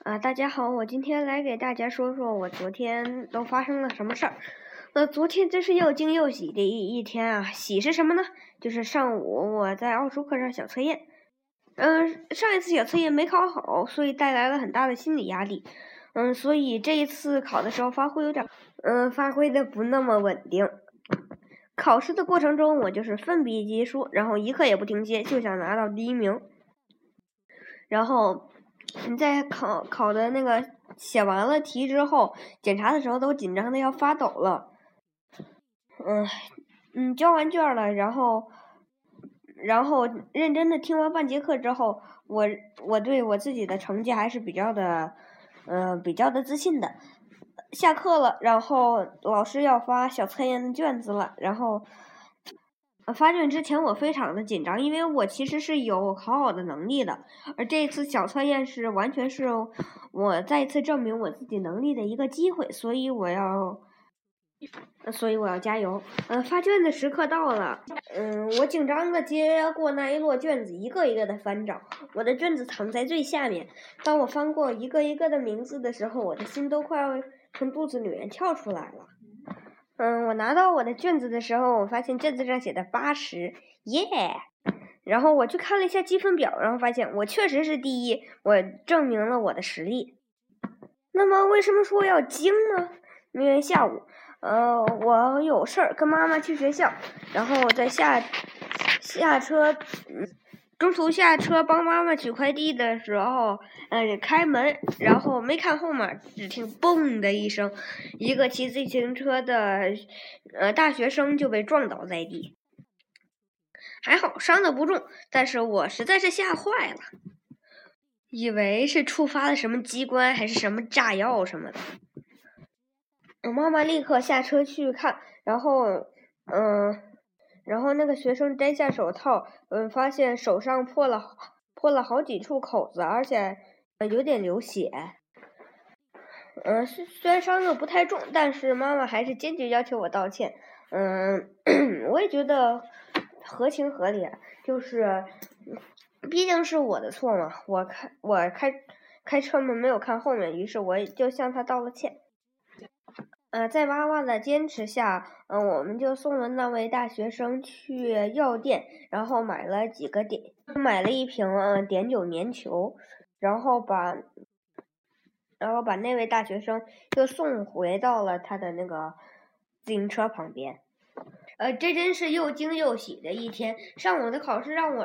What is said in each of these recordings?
大家好，我今天来给大家说说我昨天都发生了什么事儿。昨天真是又惊又喜的一天啊！喜是什么呢？就是上午我在奥数课上小测验，上一次小测验没考好，所以带来了很大的心理压力。所以这一次考的时候发挥的不那么稳定。考试的过程中，我就是奋笔疾书，然后一刻也不停歇，就想拿到第一名。然后你在考的那个写完了题之后，检查的时候都紧张的要发抖了。交完卷了，然后认真的听完半节课之后，我对我自己的成绩还是比较的自信的。下课了，然后老师要发小测验的卷子了，然后发卷之前我非常的紧张，因为我其实是有好好的能力的，而这一次小测验是完全是我再一次证明我自己能力的一个机会，所以我要加油。发卷的时刻到了。我紧张的接过那一摞卷子，一个一个的翻找。我的卷子藏在最下面。当我翻过一个一个的名字的时候，我的心都快要从肚子里面跳出来了。我拿到我的卷子的时候，我发现卷子上写的80，耶！然后我去看了一下积分表，然后发现我确实是第一，我证明了我的实力。那么为什么说要惊呢？因为下午我有事儿跟妈妈去学校，然后在下车中途下车帮妈妈取快递的时候，开门，然后没看后面，只听嘣的一声，一个骑自行车的大学生就被撞倒在地，还好伤得不重，但是我实在是吓坏了，以为是触发了什么机关还是什么炸药什么的。我妈妈立刻下车去看，然后那个学生摘下手套，发现手上破了好几处口子，而且有点流血。虽然伤得不太重，但是妈妈还是坚决要求我道歉。我也觉得合情合理，就是毕竟是我的错嘛，我开车门没有看后面，于是我就向他道了歉。在妈妈的坚持下，我们就送了那位大学生去药店，然后买了一瓶碘酒粘球，然后把那位大学生又送回到了他的那个自行车旁边。这真是又惊又喜的一天。上午的考试让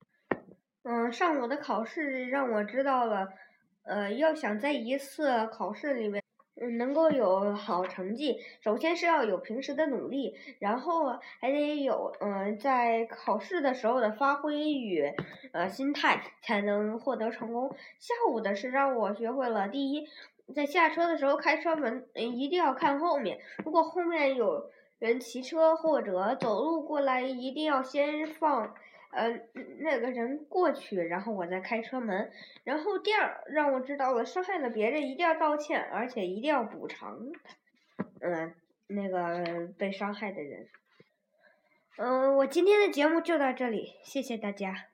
我知道了，要想在一次考试里面能够有好成绩，首先是要有平时的努力，然后还得有在考试的时候的发挥与心态，才能获得成功。下午的是让我学会了第一，在下车的时候开车门一定要看后面，如果后面有人骑车或者走路过来，一定要先放那个人过去，然后我再开车门。然后第二，让我知道了伤害了别人一定要道歉，而且一定要补偿那个被伤害的人。我今天的节目就到这里，谢谢大家。